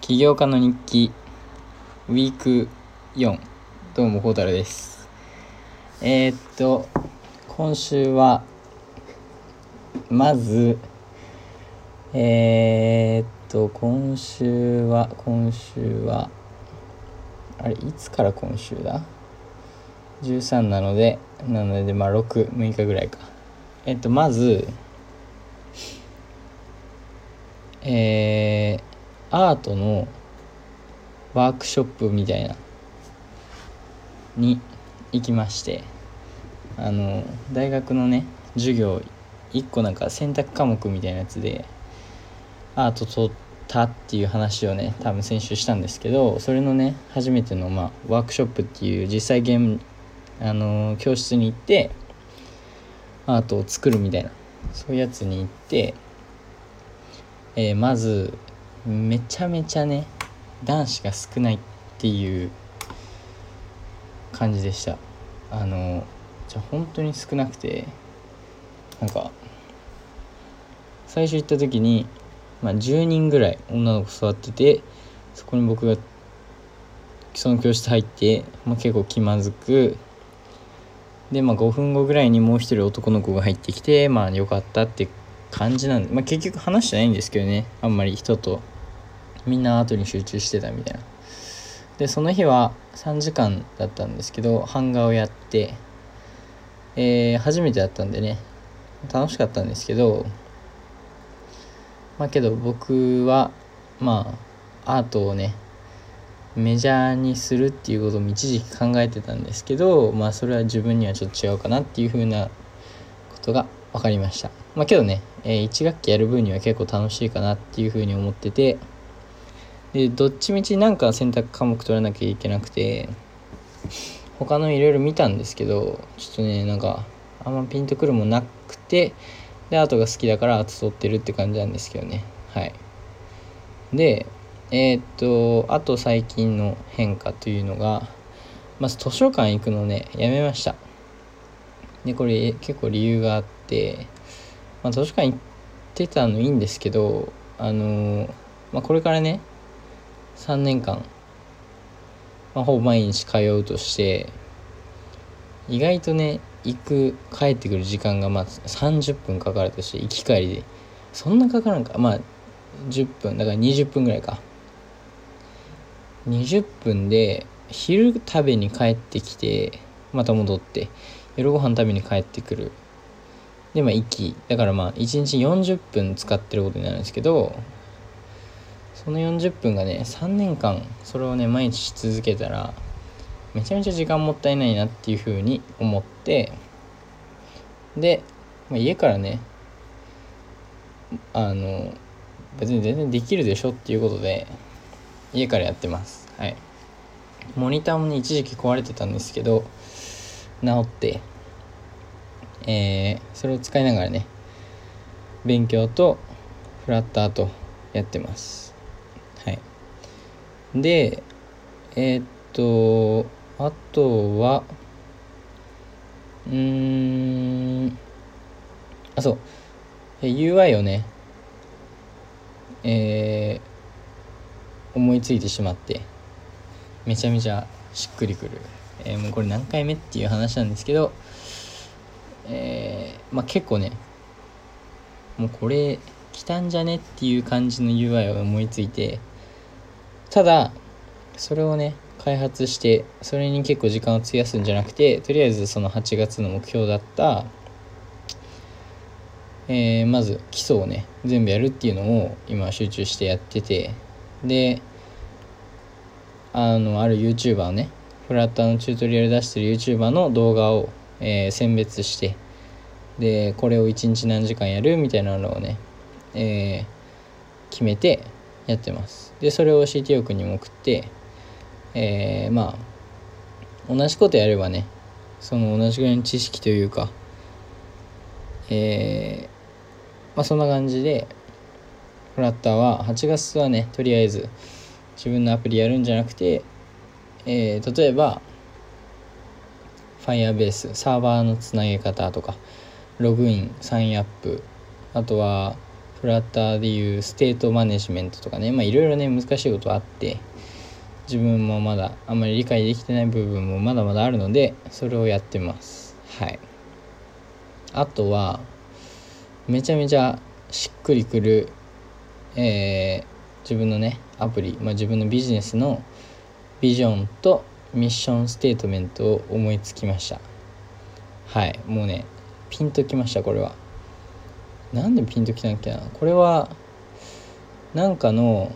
起業家の日記ウィーク4。どうもコウタルです。今週はまず今週はあれいつから今週だ13なので6日ぐらいか。まずアートのワークショップみたいなに行きまして、大学のね授業1個なんか選択科目みたいなやつでアート取ったっていう話をね多分先週したんですけど、それのね初めてのワークショップっていう実際教室に行ってアートを作るみたいなそういうやつに行って、まずめちゃめちゃね男子が少ないっていう感じでした。本当に少なくて、なんか最初行った時に、10人ぐらい女の子座ってて、そこに僕がその教室入って、結構気まずくで、5分後ぐらいにもう一人男の子が入ってきて、よかったって感じなんで、結局話してないんですけどね、あんまり人とみんなアートに集中してたみたいな。でその日は3時間だったんですけど、版画をやって、初めてだったんでね楽しかったんですけど、けど僕はアートをねメジャーにするっていうことも一時期考えてたんですけど、それは自分にはちょっと違うかなっていう風なことが分かりました。けどね、1学期やる分には結構楽しいかなっていう風に思ってて、でどっちみちなんか選択科目取らなきゃいけなくて、他のいろいろ見たんですけど、ちょっとねあんまピンとくるもなくて、でアートが好きだからアート取ってるって感じなんですけどね。はい。であと最近の変化というのが、まず図書館行くのねやめました。でこれ結構理由があって、図書館行ってたのいいんですけど、これからね3年間、ほぼ毎日通うとして、意外とね帰ってくる時間が30分かかるとして、行き帰りでそんなかからんか、10分だから20分ぐらいか。20分で昼食べに帰ってきて、また戻って夜ご飯食べに帰ってくるで行きだから1日40分使ってることになるんですけど、その40分がね3年間それをね毎日し続けたらめちゃめちゃ時間もったいないなっていう風に思って、で、家からね別に全然できるでしょっていうことで家からやってます。はい。モニターもね一時期壊れてたんですけど治って、それを使いながらね勉強とフラッターとやってます。はい。であとはそう UI をね思いついてしまってめちゃめちゃしっくりくる、もうこれ何回目っていう話なんですけど、結構ねもうこれ来たんじゃねっていう感じの UI を思いついて、ただそれをね開発してそれに結構時間を費やすんじゃなくて、とりあえずその8月の目標だった、まず基礎をね全部やるっていうのを今集中してやってて、である YouTuber をねフラッターのチュートリアル出してる YouTuber の動画を、選別して、でこれを1日何時間やるみたいなのをね、決めてやってます。でそれを CTO 君にも送って、同じことやればねその同じぐらいの知識というか、そんな感じでフラッターは8月はねとりあえず自分のアプリやるんじゃなくて、例えば Firebase サーバーのつなげ方とかログインサインアップ、あとはフフラッターでいうステートマネジメントとかね、いろいろね難しいことあって、自分もまだあんまり理解できてない部分もまだまだあるので、それをやってます。はい。あとはめちゃめちゃしっくりくる、自分のねアプリ、自分のビジネスのビジョンとミッションステートメントを思いつきました。はい。もうねピンときました。これはなんでピンときたんっけな。これはなんかの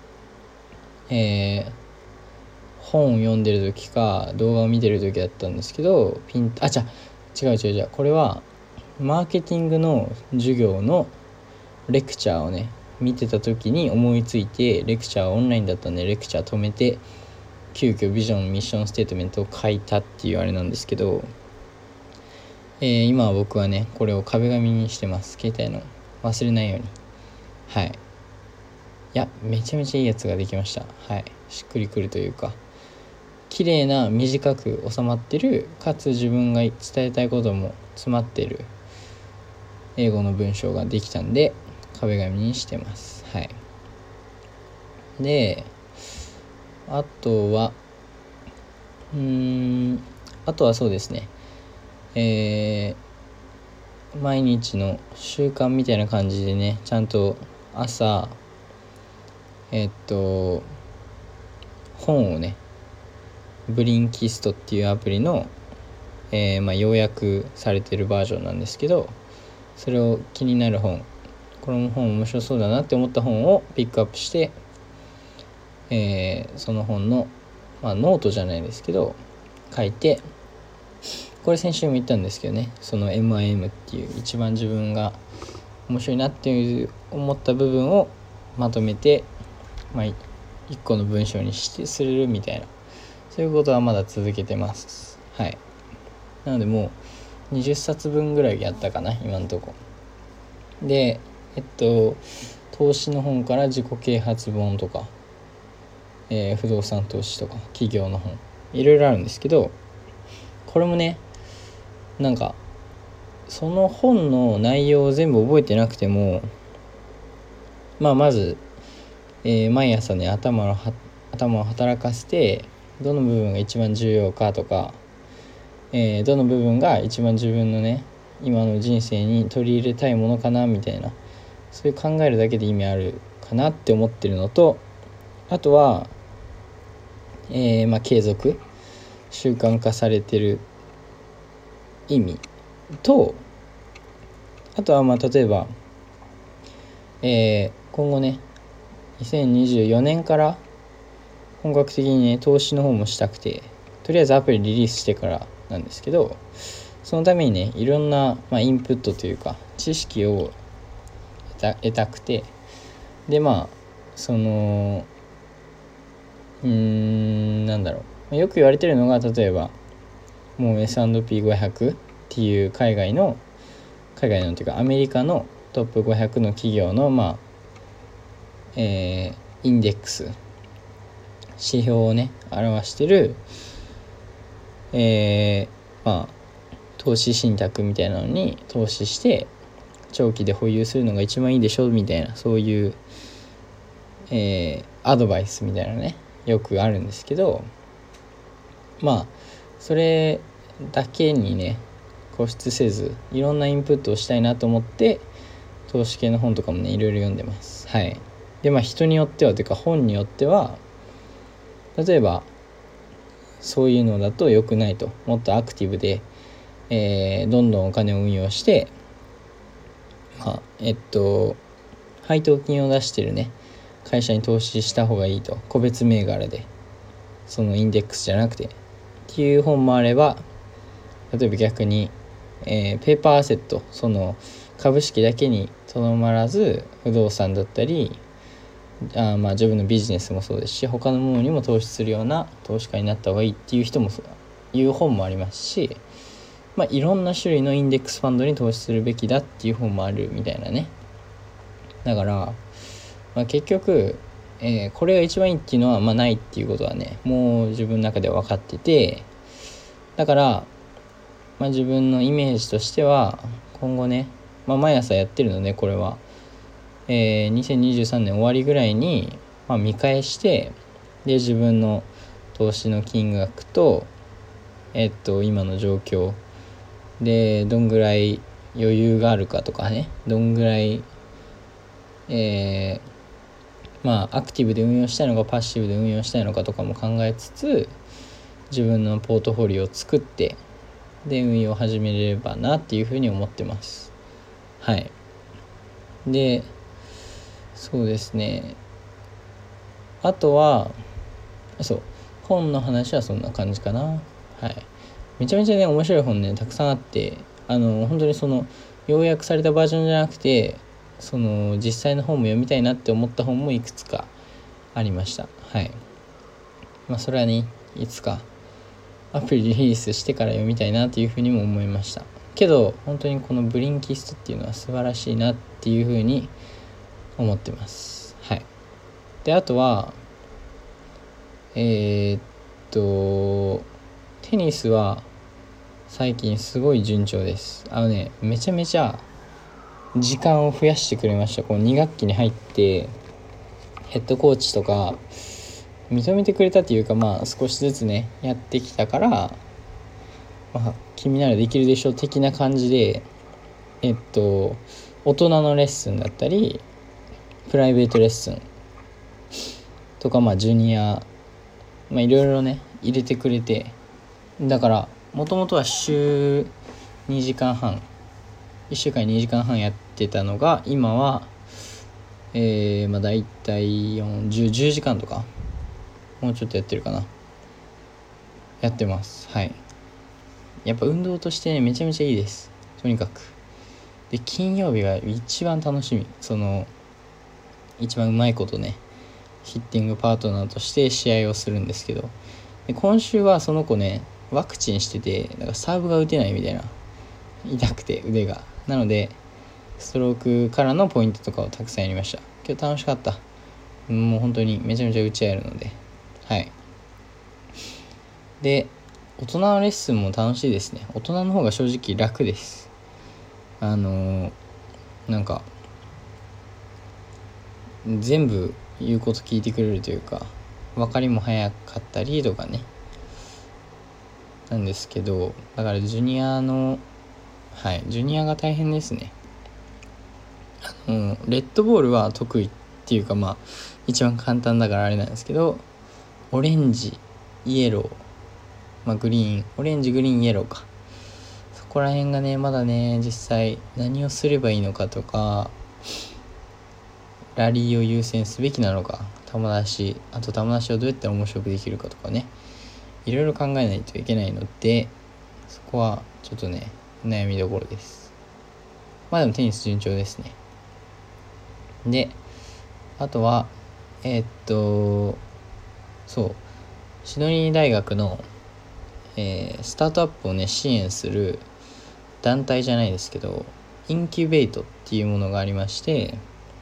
本を読んでる時か動画を見てる時だったんですけど、違う、これはマーケティングの授業のレクチャーをね見てた時に思いついて、レクチャーオンラインだったんでレクチャー止めて急遽ビジョンミッションステートメントを書いたっていうあれなんですけど、今は僕はねこれを壁紙にしてます。携帯の忘れないように。はい。いやめちゃめちゃいいやつができました。はい。しっくりくるというか、綺麗な短く収まってる、かつ自分が伝えたいことも詰まってる英語の文章ができたんで壁紙にしてます。はい。であとはそうですね、毎日の習慣みたいな感じでね、ちゃんと朝本をねブリンキストっていうアプリの、要約されてるバージョンなんですけど、それを気になる本、この本面白そうだなって思った本をピックアップして、その本の、ノートじゃないですけど書いて、これ先週も言ったんですけどね、その MIM っていう一番自分が面白いなっていう思った部分をまとめて、一個の文章にしてするみたいな、そういうことはまだ続けてます。はい。なのでもう20冊分ぐらいやったかな今のとこで、投資の本から自己啓発本とか、不動産投資とか企業の本いろいろあるんですけど、これもねなんかその本の内容を全部覚えてなくても、まず、毎朝ね頭を働かせて、どの部分が一番重要かとか、どの部分が一番自分のね今の人生に取り入れたいものかなみたいな、そういう考えるだけで意味あるかなって思ってるのと、あとは、継続習慣化されてる意味と、あとは例えば、今後ね2024年から本格的にね投資の方もしたくて、とりあえずアプリリリースしてからなんですけど、そのためにねいろんな、インプットというか知識を得たくて、でそのよく言われてるのが、例えばもう S&P500 っていう海外のというかアメリカのトップ500の企業のインデックス指標をね表してる、投資信託みたいなのに投資して長期で保有するのが一番いいでしょみたいな、そういう、アドバイスみたいなねよくあるんですけど、それだけにね固執せず、いろんなインプットをしたいなと思って投資系の本とかもねいろいろ読んでます。はい。で人によってはというか本によっては、例えばそういうのだと良くないと、もっとアクティブで、どんどんお金を運用して、配当金を出してるね会社に投資した方がいいと、個別銘柄でそのインデックスじゃなくてっていう本もあれば、例えば逆に、ペーパーアセット、その株式だけにとどまらず不動産だったり、自分のビジネスもそうですし他のものにも投資するような投資家になった方がいいっていう人もいう本もありますし、いろんな種類のインデックスファンドに投資するべきだっていう本もあるみたいなね。だから、結局、これが一番いいっていうのはないっていうことはねもう自分の中では分かってて、だから、自分のイメージとしては今後ね、毎朝やってるのでこれは 2023年終わりぐらいに、見返して、で自分の投資の金額と今の状況でどんぐらい余裕があるかとかね、どんぐらいアクティブで運用したいのかパッシブで運用したいのかとかも考えつつ、自分のポートフォリオを作ってで運用を始めれればなっていうふうに思ってます。はい。でそうですね、あとは本の話はそんな感じかな。はい。めちゃめちゃね面白い本ねたくさんあって、本当に要約されたバージョンじゃなくて実際の本も読みたいなって思った本もいくつかありました。はい。それはねいつかアプリリリースしてから読みたいなっていうふうにも思いましたけど、本当にこのブリンキストっていうのは素晴らしいなっていうふうに思ってます。はい。であとはテニスは最近すごい順調です。めちゃめちゃ時間を増やしてくれました。この2学期に入ってヘッドコーチとか認めてくれたっていうか、少しずつねやってきたから、君ならできるでしょ的な感じで大人のレッスンだったりプライベートレッスンとかジュニアいろいろね入れてくれて、だからもともとは週2時間半1週間に2時間半やってたのが今はだいたい10時間とかもうちょっとやってるかな、やってます。はい。やっぱ運動としてねめちゃめちゃいいです。とにかくで金曜日が一番楽しみ、一番うまいことねヒッティングパートナーとして試合をするんですけど、で今週はその子ねワクチンしてて、だからサーブが打てないみたいな、痛くて腕が、なのでストロークからのポイントとかをたくさんやりました。今日楽しかった。もう本当にめちゃめちゃ打ち合えるので。はい。で大人のレッスンも楽しいですね。大人の方が正直楽です。なんか全部言うこと聞いてくれるというか、分かりも早かったりとかねなんですけど、だからジュニアが大変ですね。レッドボールは得意っていうか一番簡単だからあれなんですけど、オレンジイエロー、グリーンオレンジグリーンイエローか、そこら辺がねまだね実際何をすればいいのかとか、ラリーを優先すべきなのか、球出しをどうやったら面白くできるかとかね、いろいろ考えないといけないので、そこはちょっとね悩みどころです。でもテニス順調ですね。であとはシドニー大学の、スタートアップをね支援する団体じゃないですけど、インキュベートっていうものがありまして、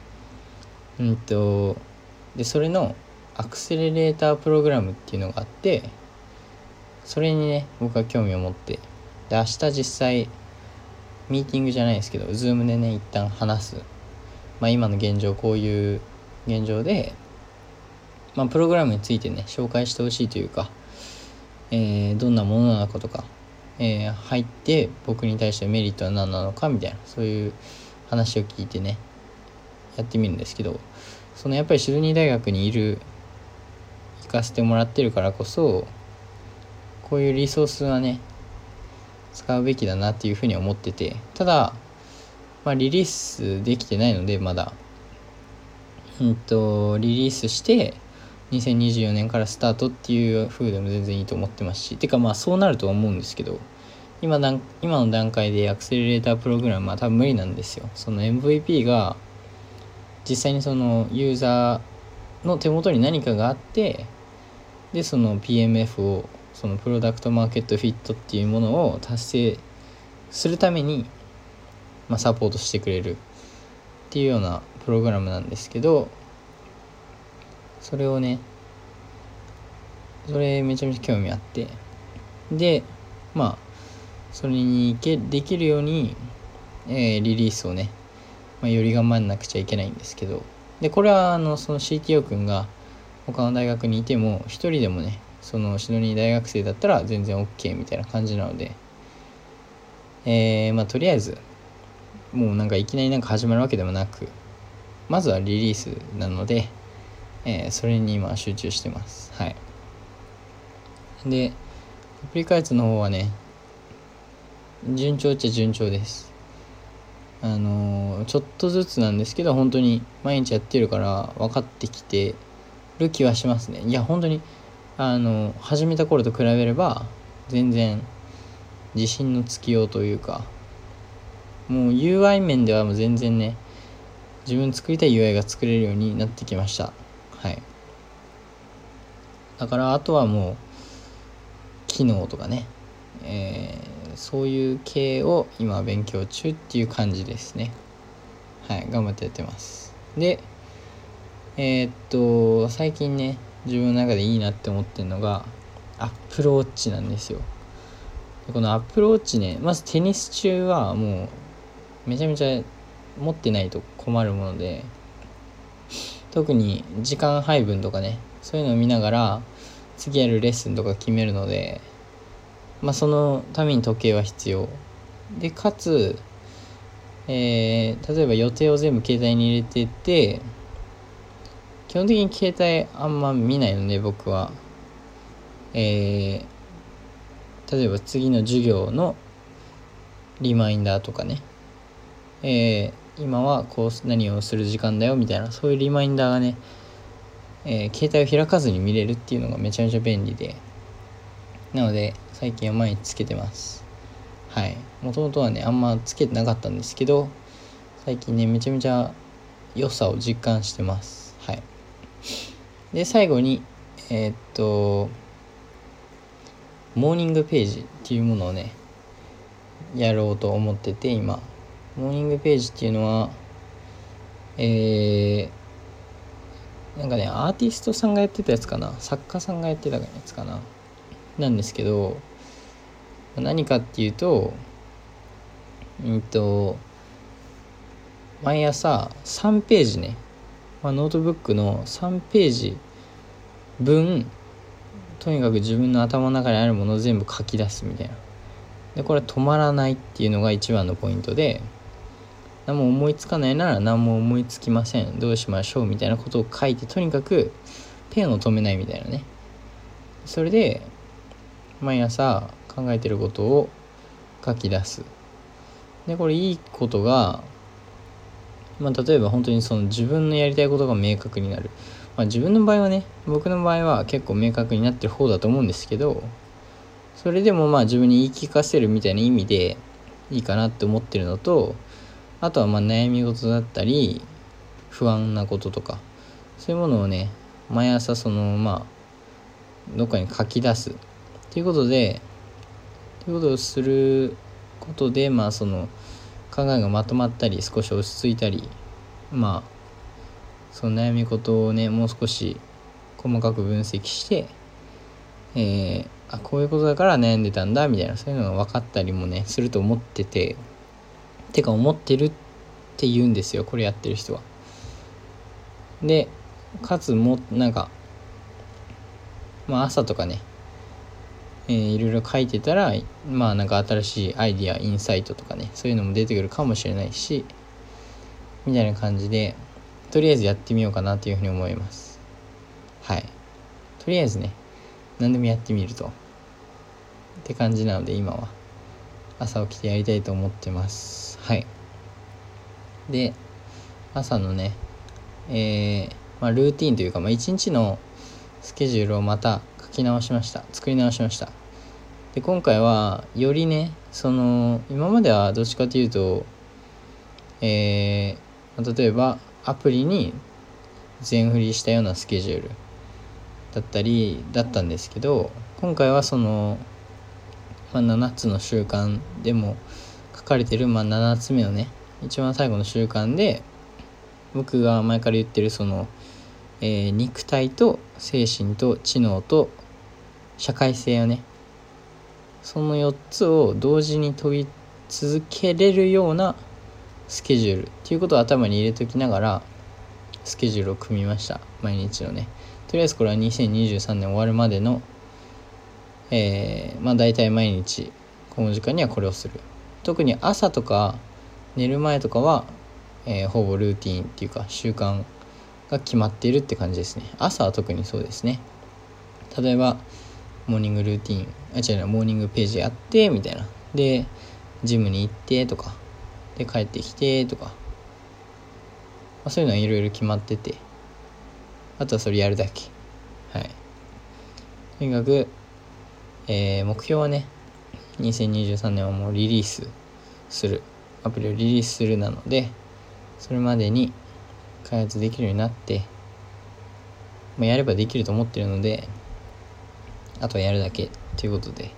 でそれのアクセレレータープログラムっていうのがあって、それにね僕は興味を持って、で明日実際ミーティングじゃないですけど Zoom でね一旦話す、今の現状こういう現状で、プログラムについてね紹介してほしいというか、どんなものなのかとか、入って僕に対してメリットは何なのかみたいな、そういう話を聞いてねやってみるんですけど、やっぱりシドニー大学に行かせてもらってるからこそ、こういうリソースはね使うべきだなっていうふうに思ってて、ただリリースできてないのでまだリリースして2024年からスタートっていう風でも全然いいと思ってますし、てかそうなるとは思うんですけど、今の段階でアクセレレータープログラムは多分無理なんですよ。その MVP が実際にそのユーザーの手元に何かがあって、でその PMF をそのプロダクトマーケットフィットっていうものを達成するために、サポートしてくれるっていうようなプログラムなんですけど、それめちゃめちゃ興味あって、でそれにできるように、リリースをねより頑張んなくちゃいけないんですけど、でこれはその CTO 君が他の大学にいても一人でもね、そのシドニー大学生だったら全然 OK みたいな感じなので、とりあえずもうなんかいきなりなんか始まるわけでもなく、まずはリリースなので、それに今集中してます。はい。でアプリ開発の方はね、順調っちゃ順調です。ちょっとずつなんですけど本当に毎日やってるから分かってきてる気はしますね。いや本当に始めた頃と比べれば全然自信のつきようというか、もう UI 面ではもう全然ね、自分作りたい UI が作れるようになってきました。はい。だからあとはもう機能とかね、そういう系を今勉強中っていう感じですね。はい、頑張ってやってます。で最近ね、自分の中でいいなって思ってるのがApple Watch なんですよ。このApple Watchね、まずテニス中はもうめちゃめちゃ持ってないと困るもので、特に時間配分とかね、そういうのを見ながら次やるレッスンとか決めるので、そのために時計は必要で、かつ、例えば予定を全部携帯に入れてて、基本的に携帯あんま見ないので僕は、例えば次の授業のリマインダーとかね、今はこう何をする時間だよみたいな、そういうリマインダーがね、携帯を開かずに見れるっていうのがめちゃめちゃ便利で、なので最近は毎日つけてます。はい。もともとはねあんまつけてなかったんですけど、最近ねめちゃめちゃ良さを実感してます。はい。で最後にモーニングページっていうものをねやろうと思ってて、今モーニングページっていうのはなんかねアーティストさんがやってたやつかな、作家さんがやってたやつかな、なんですけど、何かっていうと毎朝3ページね、ノートブックの3ページ分とにかく自分の頭の中にあるものを全部書き出すみたいな。でこれは止まらないっていうのが一番のポイントで、何も思いつかないなら何も思いつきません、どうしましょうみたいなことを書いて、とにかくペンを止めないみたいなね。それで毎朝考えてることを書き出す。でこれいいことが、例えば本当にその自分のやりたいことが明確になる。自分の場合はね、僕の場合は結構明確になってる方だと思うんですけど、それでも自分に言い聞かせるみたいな意味でいいかなって思ってるのと、あとは悩み事だったり不安なこととか、そういうものをね毎朝どっかに書き出すっていうことをすることで、その考えがまとまったり少し落ち着いたり、その悩み事をねもう少し細かく分析して、こういうことだから悩んでたんだみたいな、そういうのが分かったりもねすると思ってて、思ってるって言うんですよ、これやってる人は。でかつも朝とかね、いろいろ書いてたら新しいアイディアインサイトとかね、そういうのも出てくるかもしれないしみたいな感じで、とりあえずやってみようかなというふうに思います。はい。とりあえずね何でもやってみるとって感じなので、今は朝起きてやりたいと思ってます。はい。で朝のねルーティンというか一日のスケジュールをまた作り直しました。で今回はよりね今まではどっちかというと例えばアプリに全振りしたようなスケジュールだったんですけど、今回は7つの習慣でも書かれてる7つ目のね一番最後の習慣で、僕が前から言ってる肉体と精神と知能と社会性をね、その4つを同時に研ぎ続けれるようなスケジュールっていうことを頭に入れておきながらスケジュールを組みました。毎日のね。とりあえずこれは2023年終わるまでの大体毎日この時間にはこれをする。特に朝とか寝る前とかは、ほぼルーティーンっていうか習慣が決まっているって感じですね。朝は特にそうですね。例えばモーニングルーティーンモーニングページやってみたいな、でジムに行ってとかで帰ってきてとか、そういうのはいろいろ決まってて、あとはそれやるだけ。はい。とにかく、目標はね、2023年はもうリリースする、アプリをリリースするなので、それまでに開発できるようになって、やればできると思ってるので、あとはやるだけということで、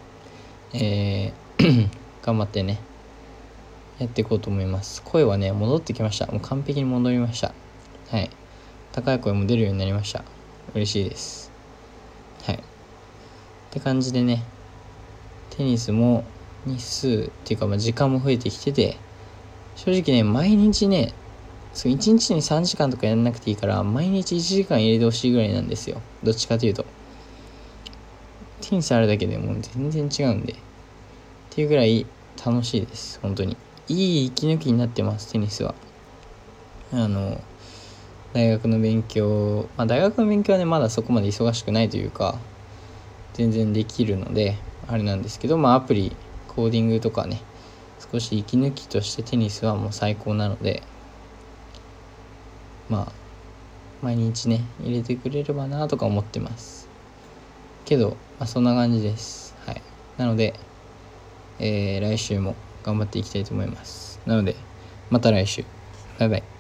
頑張ってねやっていこうと思います。声はね戻ってきました。もう完璧に戻りました。はい。高い声も出るようになりました。嬉しいです。はい。って感じでね、テニスも日数っていうか時間も増えてきてて、正直ね毎日ね1日に3時間とかやらなくていいから毎日1時間入れてほしいぐらいなんですよ。どっちかというとテニスあるだけでもう全然違うんでっていうぐらい楽しいです。本当にいい息抜きになってます。テニスは大学の勉強、大学の勉強はねまだそこまで忙しくないというか全然できるのであれなんですけど、アプリコーディングとかね少し息抜きとしてテニスはもう最高なので、毎日ね入れてくれればなとか思ってますけど、そんな感じです。はい。なので、来週も頑張っていきたいと思います。なのでまた来週、バイバイ。